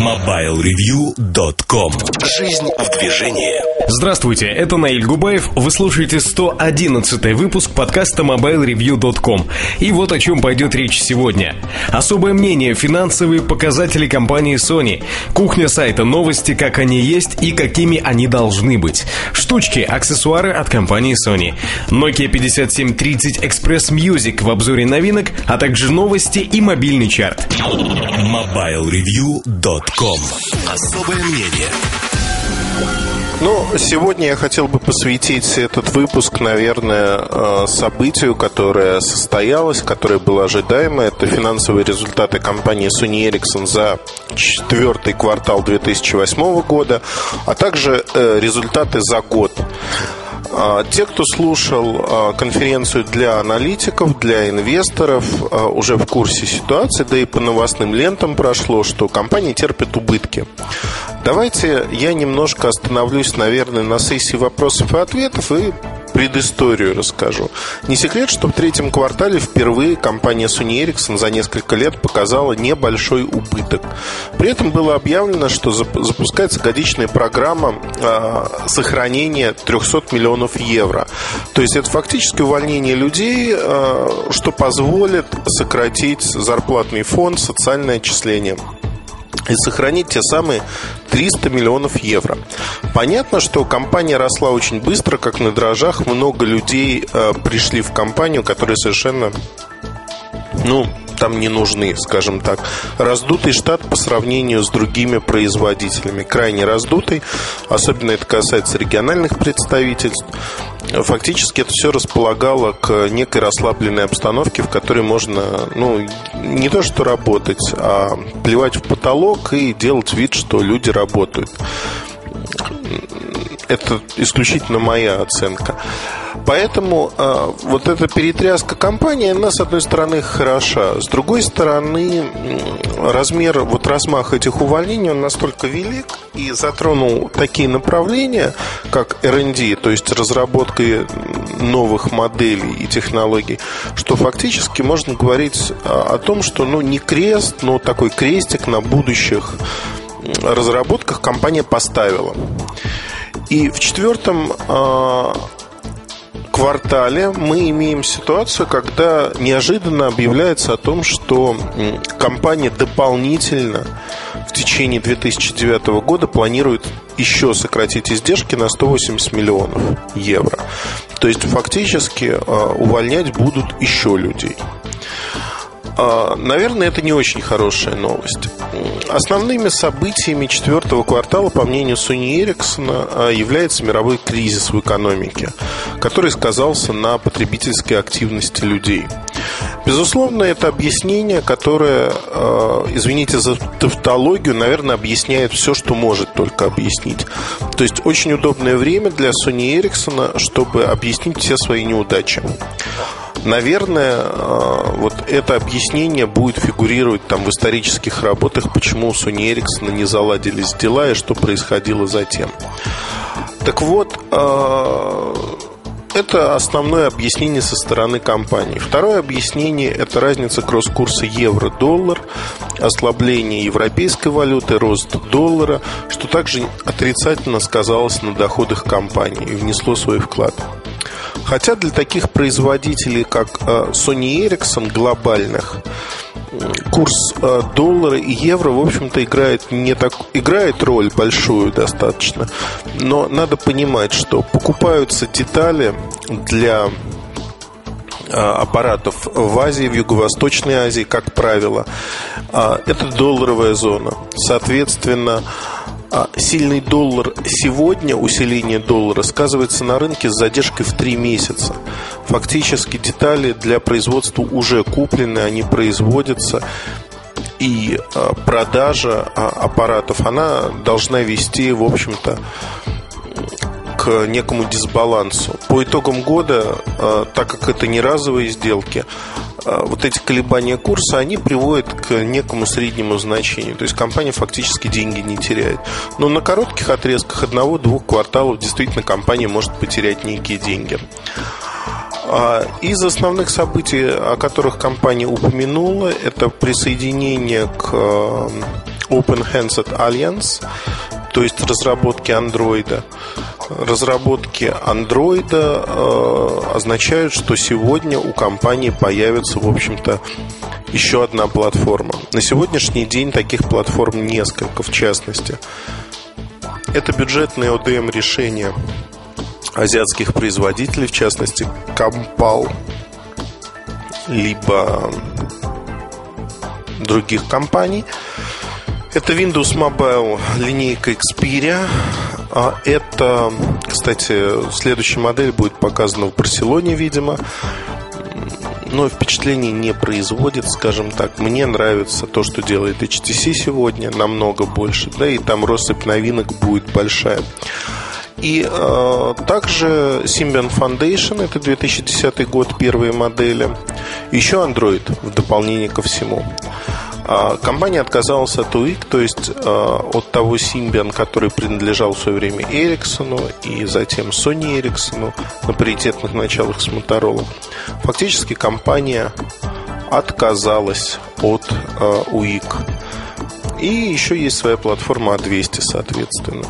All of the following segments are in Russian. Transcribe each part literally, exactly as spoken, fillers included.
мобайл ревью точка ком. Жизнь в движении. Здравствуйте, это Наиль Губаев. Вы слушаете сто одиннадцатый выпуск подкаста мобайл ревью точка ком. И вот о чем пойдет речь сегодня. Особое мнение, финансовые показатели компании Sony. Кухня сайта, новости, как они есть и какими они должны быть. Штучки, аксессуары от компании Sony. Nokia пятьдесят семь тридцать Express Music в обзоре новинок, а также новости и мобильный чарт. мобайл ревью точка ком. Особое мнение. Ну, сегодня я хотел бы посвятить этот выпуск, наверное, событию, которое состоялось, которое было ожидаемо. Это финансовые результаты компании Sony Ericsson за четвертый квартал две тысячи восьмого года, а также результаты за год. Те, кто слушал конференцию для аналитиков, для инвесторов, уже в курсе ситуации, да и по новостным лентам прошло, что компания терпит убытки. Давайте я немножко остановлюсь, наверное, на сессии вопросов и ответов и предысторию расскажу. Не секрет, что в третьем квартале впервые компания Sony Ericsson за несколько лет показала небольшой убыток. При этом было объявлено, что запускается годичная программа э, сохранения триста миллионов евро. То есть это фактически увольнение людей, э, что позволит сократить зарплатный фонд, социальное отчисление и сохранить те самые триста миллионов евро. Понятно, что компания росла очень быстро, как на дрожжах. Много людей э, пришли в компанию, которые совершенно, ну, там не нужны, скажем так. Раздутый штат по сравнению с другими производителями. Крайне раздутый. Особенно это касается региональных представительств. Фактически это все располагало к некой расслабленной обстановке, в которой можно, ну, не то что работать, а плевать в потолок и делать вид, что люди работают. Это исключительно моя оценка. Поэтому э, вот эта перетряска компании, она, с одной стороны, хороша. С другой стороны, размер, вот размах этих увольнений, он настолько велик и затронул такие направления, как эр энд ди, то есть разработка новых моделей и технологий, что фактически можно говорить о том, что, ну, не крест, но такой крестик на будущих разработках компания поставила. И в четвертом э, квартале мы имеем ситуацию, когда неожиданно объявляется о том, что компания дополнительно в течение две тысячи девятого года планирует еще сократить издержки на сто восемьдесят миллионов евро. То есть фактически э, увольнять будут еще людей. Наверное, это не очень хорошая новость. Основными событиями четвертого квартала, по мнению Sony Ericsson, является мировой кризис в экономике, который сказался на потребительской активности людей. Безусловно, это объяснение, которое, извините за тавтологию, наверное, объясняет все, что может только объяснить. То есть очень удобное время для Sony Ericsson, чтобы объяснить все свои неудачи. Наверное, вот это объяснение будет фигурировать там в исторических работах, почему у Sony Ericsson не заладились дела и что происходило затем. Так вот, это основное объяснение со стороны компании. Второе объяснение – это разница кросс-курса евро-доллар, ослабление европейской валюты, рост доллара, что также отрицательно сказалось на доходах компании и внесло свой вклад. Хотя для таких производителей, как Sony Ericsson, глобальных, курс доллара и евро, в общем-то, играет, не так, играет роль большую достаточно. Но надо понимать, что покупаются детали для аппаратов в Азии, в Юго-Восточной Азии, как правило. Это долларовая зона. Соответственно, сильный доллар сегодня, усиление доллара, сказывается на рынке с задержкой в три месяца. Фактически детали для производства уже куплены, они производятся. И продажа аппаратов, она должна вести, в общем-то, к некому дисбалансу. По итогам года, так как это не разовые сделки, вот эти колебания курса, они приводят к некому среднему значению. То есть компания фактически деньги не теряет. Но на коротких отрезках одного-двух кварталов действительно компания может потерять некие деньги. Из основных событий, о которых компания упомянула, это присоединение к Open Handset Alliance, то есть разработки Android. Разработки Android э, означают, что сегодня у компании появится, в общем-то, еще одна платформа. На сегодняшний день таких платформ несколько, в частности. Это бюджетные о дэ эм-решения азиатских производителей, в частности, Compal, либо других компаний. Это Windows Mobile линейка Xperia. Это, кстати, следующая модель будет показана в Барселоне, видимо. Но впечатление не производит, скажем так. Мне нравится то, что делает эйч ти си сегодня, намного больше. Да, и там россыпь новинок будет большая. И э, также Symbian Foundation, это две тысячи десятый год, первые модели. Еще Android в дополнение ко всему. А компания отказалась от ю ай си, то есть э, от того Symbian, который принадлежал в свое время Эриксону и затем Sony Ericsson на паритетных началах с Motorola. Фактически компания отказалась от э, ю ай си. И еще есть своя платформа а двести, соответственно.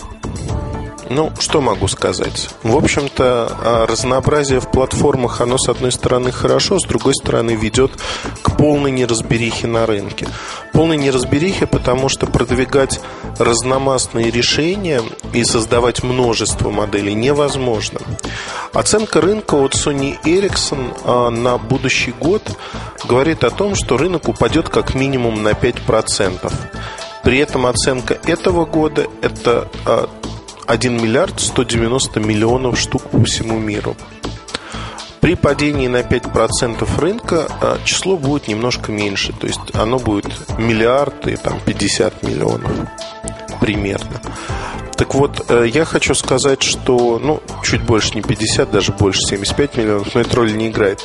Ну, что могу сказать? В общем-то, разнообразие в платформах, оно, с одной стороны, хорошо, с другой стороны, ведет к полной неразберихе на рынке. Полной неразберихе, потому что продвигать разномастные решения и создавать множество моделей невозможно. Оценка рынка от Sony Ericsson на будущий год говорит о том, что рынок упадет как минимум на пять процентов. При этом оценка этого года – это один миллиард сто девяносто миллионов штук по всему миру. При падении на пять процентов рынка число будет немножко меньше. То есть оно будет миллиард и там пятьдесят миллионов примерно. Так вот, я хочу сказать, что ну, чуть больше, не пятьдесят, даже больше, семьдесят пять миллионов, но эта роль не играет.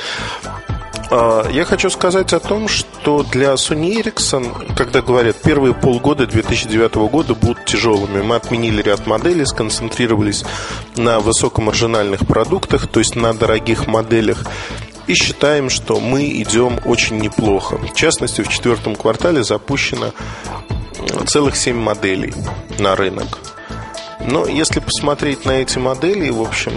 Я хочу сказать о том, что для Sony Ericsson, когда говорят, первые полгода две тысячи девятого года будут тяжелыми, мы отменили ряд моделей, сконцентрировались на высокомаржинальных продуктах, то есть на дорогих моделях, и считаем, что мы идем очень неплохо. В частности, в четвертом квартале запущено целых семь моделей на рынок. Но если посмотреть на эти модели, в общем,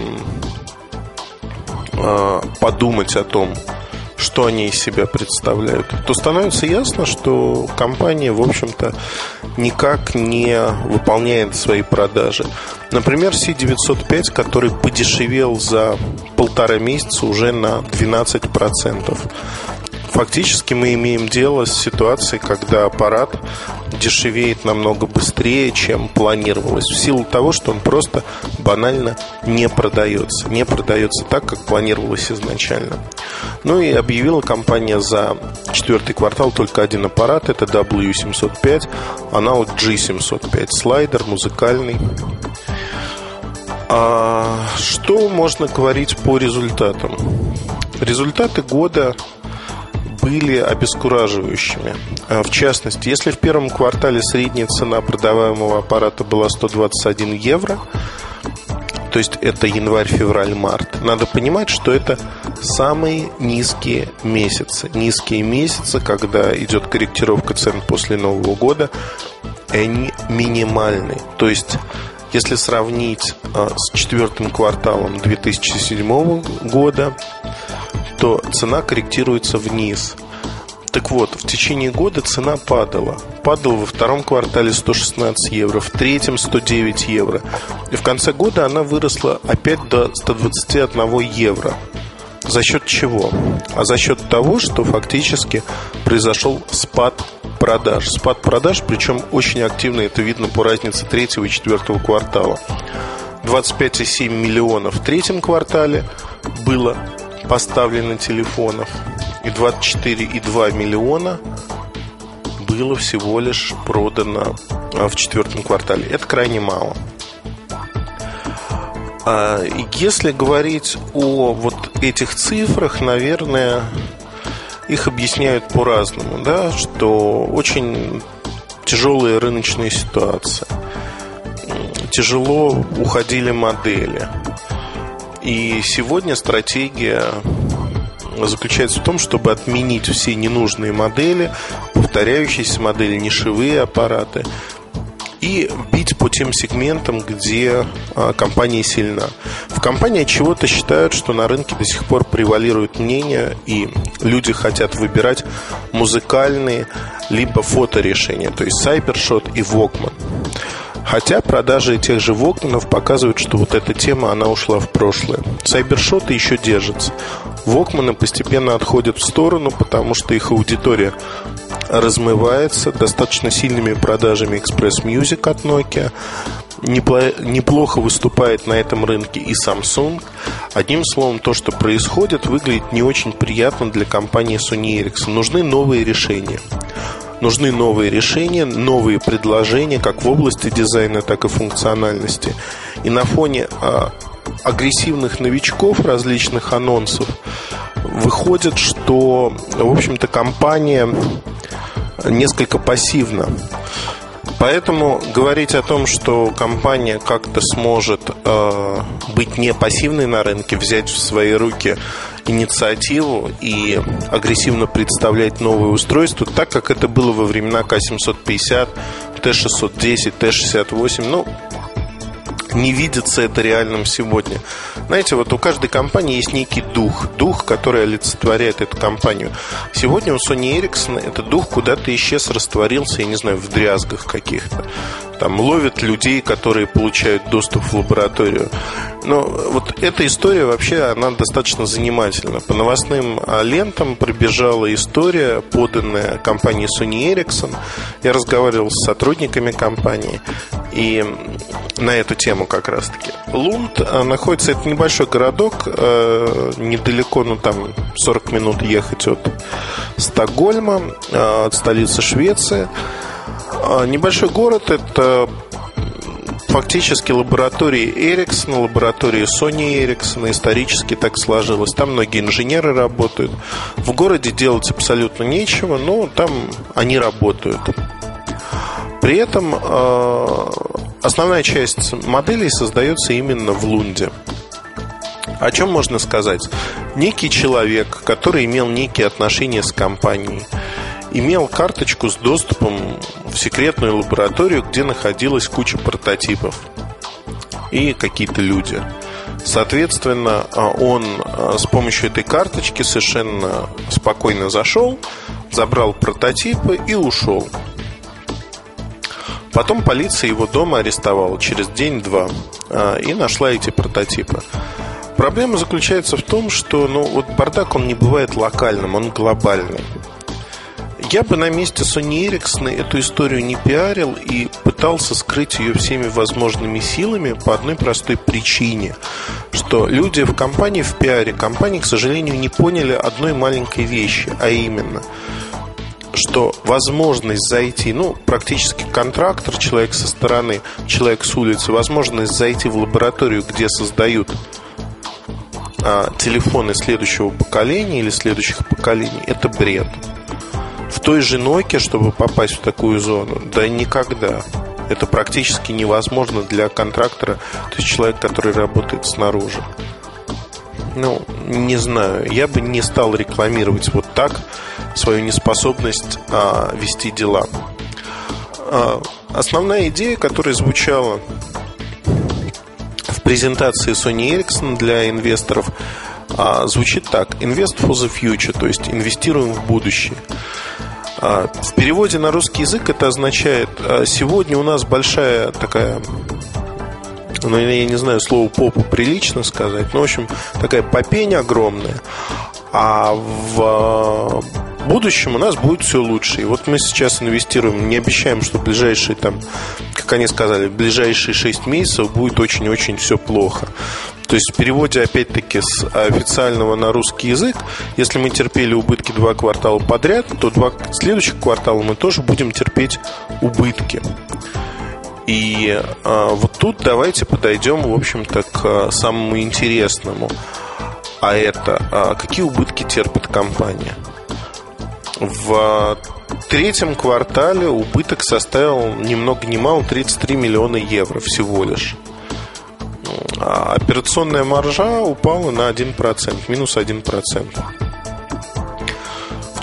подумать о том, что они из себя представляют, то становится ясно, что компания, в общем-то, никак не выполняет свои продажи. Например, си девятьсот пять, который подешевел за полтора месяца уже на двенадцать процентов. Фактически мы имеем дело с ситуацией, когда аппарат дешевеет намного быстрее, чем планировалось, в силу того, что он просто банально не продается. Не продается так, как планировалось изначально. Ну и объявила компания за четвертый квартал только один аппарат. Это дабл ю семьсот пять, аналог джи семьсот пять, слайдер музыкальный. А что можно говорить по результатам? Результаты года были обескураживающими. В частности, если в первом квартале средняя цена продаваемого аппарата была сто двадцать один евро, то есть это январь, февраль, март, надо понимать, что это самые низкие месяцы. Низкие месяцы, когда идет корректировка цен после Нового года, они минимальны. То есть, если сравнить с четвертым кварталом две тысячи седьмого года, то цена корректируется вниз. Так вот, в течение года цена падала. Падала во втором квартале сто шестнадцать евро, в третьем сто девять евро. И в конце года она выросла опять до ста двадцати одного евро. За счет чего? А за счет того, что фактически произошел спад продаж. Спад продаж, причем очень активно, это видно по разнице третьего и четвертого квартала. двадцать пять и семь миллионов в третьем квартале было поставлено телефонов, и двадцать четыре и два миллиона было всего лишь продано в четвертом квартале. Это крайне мало. Если говорить о вот этих цифрах, наверное, их объясняют по-разному, да, что очень тяжелая рыночная ситуация, тяжело уходили модели. И сегодня стратегия заключается в том, чтобы отменить все ненужные модели, повторяющиеся модели, нишевые аппараты, и бить по тем сегментам, где а, компания сильна. В компании чего-то считают, что на рынке до сих пор превалирует мнение, и люди хотят выбирать музыкальные либо фоторешения, то есть Cybershot и Walkman. Хотя продажи тех же Walkman'ов показывают, что вот эта тема, она ушла в прошлое. Cybershot еще держится. Walkman'ы постепенно отходят в сторону, потому что их аудитория размывается достаточно сильными продажами Express Music от Nokia. Неплохо выступает на этом рынке и Samsung. Одним словом, то, что происходит, выглядит не очень приятно для компании Sony Ericsson. Нужны новые решения. Нужны новые решения, новые предложения, как в области дизайна, так и функциональности. И на фоне а, агрессивных новичков, различных анонсов, выходит, что, в общем-то, компания несколько пассивна. Поэтому говорить о том, что компания как-то сможет э, быть не пассивной на рынке, взять в свои руки инициативу и агрессивно представлять новые устройства, так как это было во времена К семьсот пятьдесят, Т шестьсот десять, Т шестьдесят восемь, ну, не видится это реальным сегодня. Знаете, вот у каждой компании есть некий дух, дух, который олицетворяет эту компанию. Сегодня у Sony Ericsson этот дух куда-то исчез, растворился, я не знаю, в дрязгах каких-то. Там ловят людей, которые получают доступ в лабораторию. Но вот эта история вообще, она достаточно занимательна. По новостным лентам пробежала история, поданная компанией Sony Ericsson. Я разговаривал с сотрудниками компании и на эту тему как раз-таки. Лунд находится, это небольшой городок, недалеко, ну там сорок минут ехать от Стокгольма, от столицы Швеции. Небольшой город, это фактически лаборатории Ericsson, лаборатории Sony Ericsson, исторически так сложилось. Там многие инженеры работают. В городе делать абсолютно нечего, но там они работают. При этом э, основная часть моделей создается именно в Лунде. О чем можно сказать? Некий человек, который имел некие отношения с компанией, имел карточку с доступом в секретную лабораторию, где находилась куча прототипов и какие-то люди. Соответственно, он с помощью этой карточки совершенно спокойно зашел, забрал прототипы и ушел. Потом полиция его дома арестовала через день-два и нашла эти прототипы. Проблема заключается в том, что ну, вот бардак, он не бывает локальным, он глобальный. Я бы на месте Sony Ericsson эту историю не пиарил и пытался скрыть ее всеми возможными силами по одной простой причине, что люди в компании, в пиаре компании, к сожалению, не поняли одной маленькой вещи, а именно, что возможность зайти, ну, практически контрактор, человек со стороны, человек с улицы, возможность зайти в лабораторию, где создают а, телефоны следующего поколения или следующих поколений, это бред. В той же Nokia, чтобы попасть в такую зону, да никогда. Это практически невозможно для контрактора, то есть человек, который работает снаружи. Ну, не знаю, я бы не стал рекламировать вот так свою неспособность а, вести дела. а, Основная идея, которая звучала в презентации Sony Ericsson для инвесторов, а, звучит так: Invest for the future, то есть инвестируем в будущее. В переводе на русский язык это означает: сегодня у нас большая такая, ну, я не знаю, слово попу прилично сказать, но, в общем, такая попень огромная, а в будущем у нас будет все лучше. И вот мы сейчас инвестируем, не обещаем, что в ближайшие, там, как они сказали, в ближайшие шесть месяцев будет очень-очень все плохо. То есть в переводе, опять-таки, с официального на русский язык, если мы терпели убытки два квартала подряд, то два следующих квартала мы тоже будем терпеть убытки. И а, вот тут давайте подойдем, в общем-то, к самому интересному. А это, а, какие убытки терпит компания? В третьем квартале убыток составил ни много ни мало тридцать три миллиона евро всего лишь. Операционная маржа упала на один процент, минус один процент.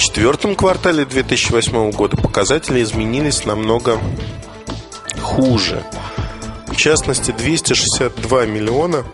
четвертом квартале две тысячи восьмого года показатели изменились намного хуже. В частности, двести шестьдесят два миллиона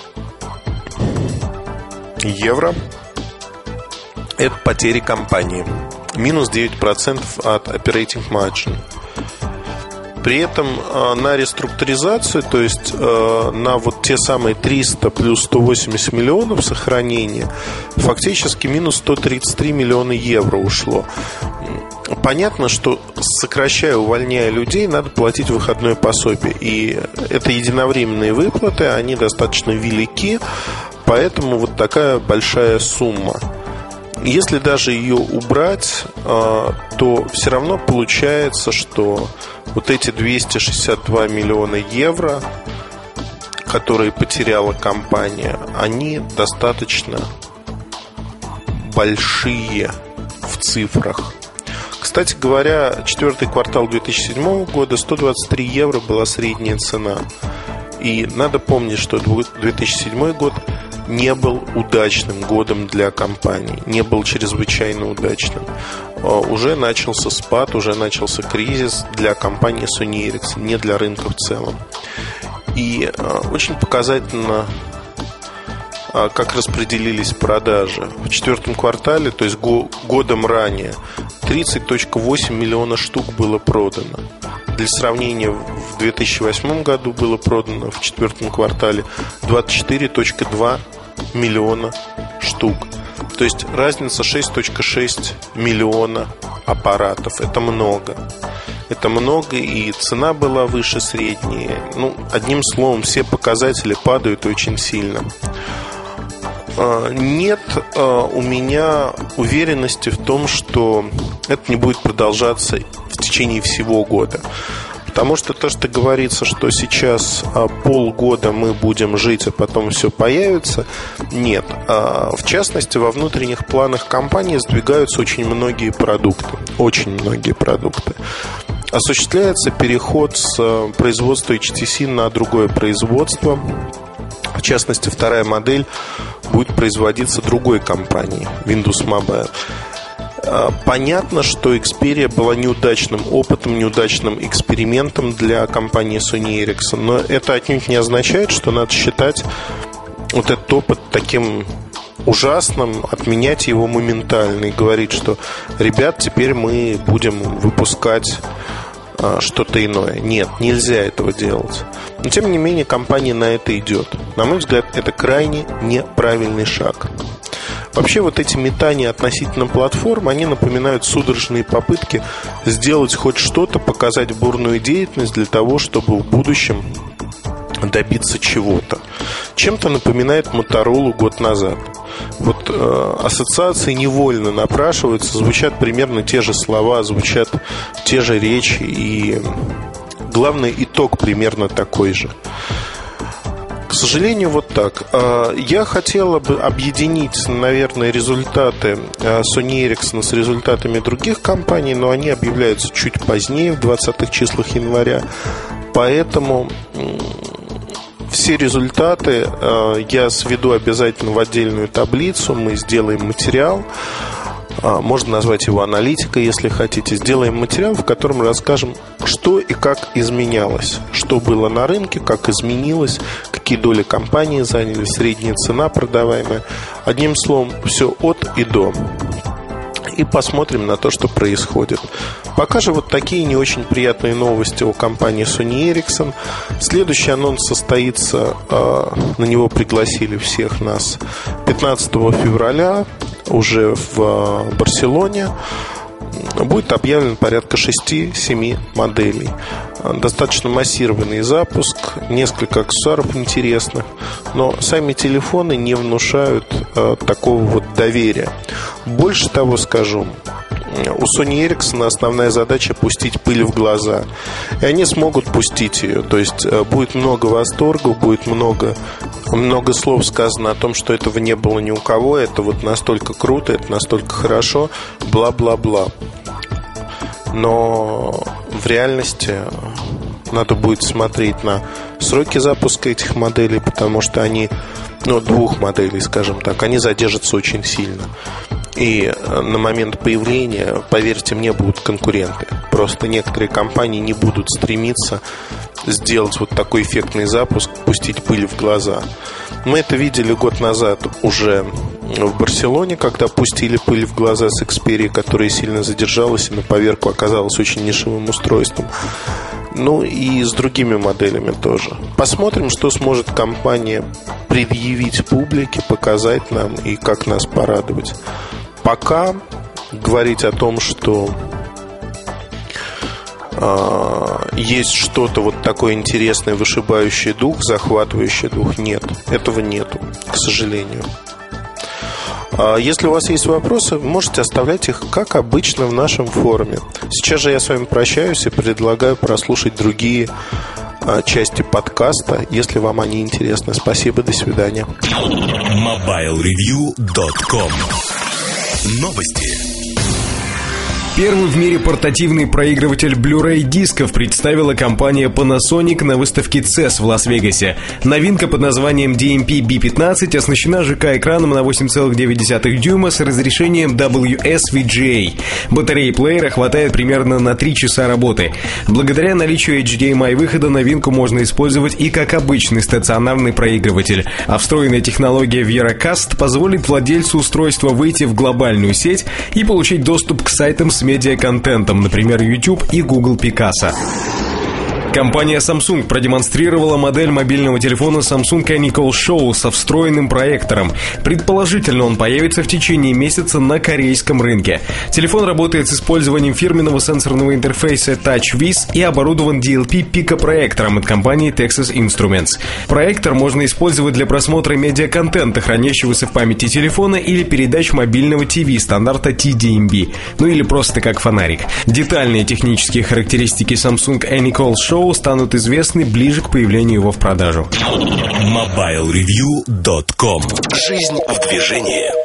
евро – это потери компании. Минус девять процентов от operating margin. При этом на реструктуризацию, то есть на вот те самые триста плюс сто восемьдесят миллионов сохранения, фактически минус сто тридцать три миллиона евро ушло. Понятно, что сокращая, увольняя людей, надо платить выходное пособие. И это единовременные выплаты, они достаточно велики, поэтому вот такая большая сумма. Если даже ее убрать, то все равно получается, что вот эти двести шестьдесят два миллиона евро, которые потеряла компания, они достаточно большие в цифрах. Кстати говоря, четвертый квартал две тысячи седьмого года сто двадцать три евро была средняя цена. И надо помнить, что две тысячи седьмой год не был удачным годом для компании, не был чрезвычайно удачным. Уже начался спад, уже начался кризис для компании Sony Ericsson, не для рынка в целом. И очень показательно, как распределились продажи. В четвертом квартале, то есть годом ранее, тридцать целых восемь десятых миллиона штук было продано. Для сравнения, в две тысячи восьмом году было продано в четвертом квартале двадцать четыре целых два миллиона штук. То есть разница шесть целых шесть миллиона аппаратов. Это много. Это много, и цена была выше средней. Ну, одним словом, все показатели падают очень сильно. Нет у меня уверенности в том, что это не будет продолжаться в течение всего года. Потому что то, что говорится, что сейчас полгода мы будем жить, а потом все появится, нет. В частности, во внутренних планах компании сдвигаются очень многие продукты. Очень многие продукты. Осуществляется переход с производства эйч ти си на другое производство. В частности, вторая модель будет производиться другой компанией, Windows Mobile. Понятно, что Xperia была неудачным опытом, неудачным экспериментом для компании Sony Ericsson, но это отнюдь не означает, что надо считать вот этот опыт таким ужасным, отменять его моментально и говорить, что, ребят, теперь мы будем выпускать что-то иное. Нет, нельзя этого делать. Но, тем не менее, компания на это идет. На мой взгляд, это крайне неправильный шаг. Вообще, вот эти метания относительно платформ, они напоминают судорожные попытки сделать хоть что-то, показать бурную деятельность для того, чтобы в будущем добиться чего-то. Чем-то напоминает Motorola год назад. Вот э, ассоциации невольно напрашиваются, звучат примерно те же слова, звучат те же речи, и главный итог примерно такой же. К сожалению, вот так. Я хотела бы объединить, наверное, результаты Sony Ericsson с результатами других компаний, но они объявляются чуть позднее, в двадцатых числах января. Поэтому все результаты я сведу обязательно в отдельную таблицу. Мы сделаем материал. Можно назвать его аналитика, если хотите. Сделаем материал, в котором расскажем, что и как изменялось, что было на рынке, как изменилось, какие доли компании заняли, средняя цена продаваемая. Одним словом, все от и до. И посмотрим на то, что происходит. Пока же вот такие не очень приятные новости о компании Sony Ericsson. Следующий анонс состоится, на него пригласили всех нас, пятнадцатого февраля. Уже в Барселоне будет объявлен порядка шесть-семь моделей. Достаточно массированный запуск, несколько аксессуаров интересных, но сами телефоны не внушают э, такого вот доверия. Больше того скажу, у Sony Ericsson основная задача пустить пыль в глаза. И они смогут пустить ее. То есть будет много восторга, будет много, много слов сказано о том, что этого не было ни у кого. Это вот настолько круто, это настолько хорошо, бла-бла-бла. Но в реальности надо будет смотреть на сроки запуска этих моделей, потому что они, ну, двух моделей, скажем так, они задержатся очень сильно. И на момент появления, поверьте мне, будут конкуренты. Просто некоторые компании не будут стремиться сделать вот такой эффектный запуск, пустить пыль в глаза. Мы это видели год назад уже в Барселоне, когда пустили пыль в глаза с Xperia, которая сильно задержалась и на поверку оказалась очень нишевым устройством. Ну и с другими моделями тоже. Посмотрим, что сможет компания предъявить публике, показать нам и как нас порадовать. Пока говорить о том, что э, есть что-то вот такое интересное, вышибающий дух, захватывающий дух, нет. Этого нету, к сожалению. Если у вас есть вопросы, можете оставлять их, как обычно, в нашем форуме. Сейчас же я с вами прощаюсь и предлагаю прослушать другие части подкаста, если вам они интересны. Спасибо, до свидания. мобайл ревью точка ком. Новости. Первый в мире портативный проигрыватель Blu-ray дисков представила компания Panasonic на выставке си и эс в Лас-Вегасе. Новинка под названием ди эм пи би пятнадцать оснащена ЖК-экраном на восемь целых девять десятых дюйма с разрешением дабл ю эс ви джи эй. Батареи плеера хватает примерно на три часа работы. Благодаря наличию эйч ди эм ай выхода новинку можно использовать и как обычный стационарный проигрыватель. А встроенная технология VeraCast позволит владельцу устройства выйти в глобальную сеть и получить доступ к сайтам с медиаконтентом, например, YouTube и Google Picasa. Компания Samsung продемонстрировала модель мобильного телефона Samsung Anycall Show со встроенным проектором. Предположительно, он появится в течение месяца на корейском рынке. Телефон работает с использованием фирменного сенсорного интерфейса TouchWiz и оборудован ди эл пи-пикопроектором от компании Texas Instruments. Проектор можно использовать для просмотра медиаконтента, хранящегося в памяти телефона, или передач мобильного ТВ стандарта ти ди эм би, ну или просто как фонарик. Детальные технические характеристики Samsung Anycall Show станут известны ближе к появлению его в продажу. мобайл ревью точка ком. Жизнь в движении.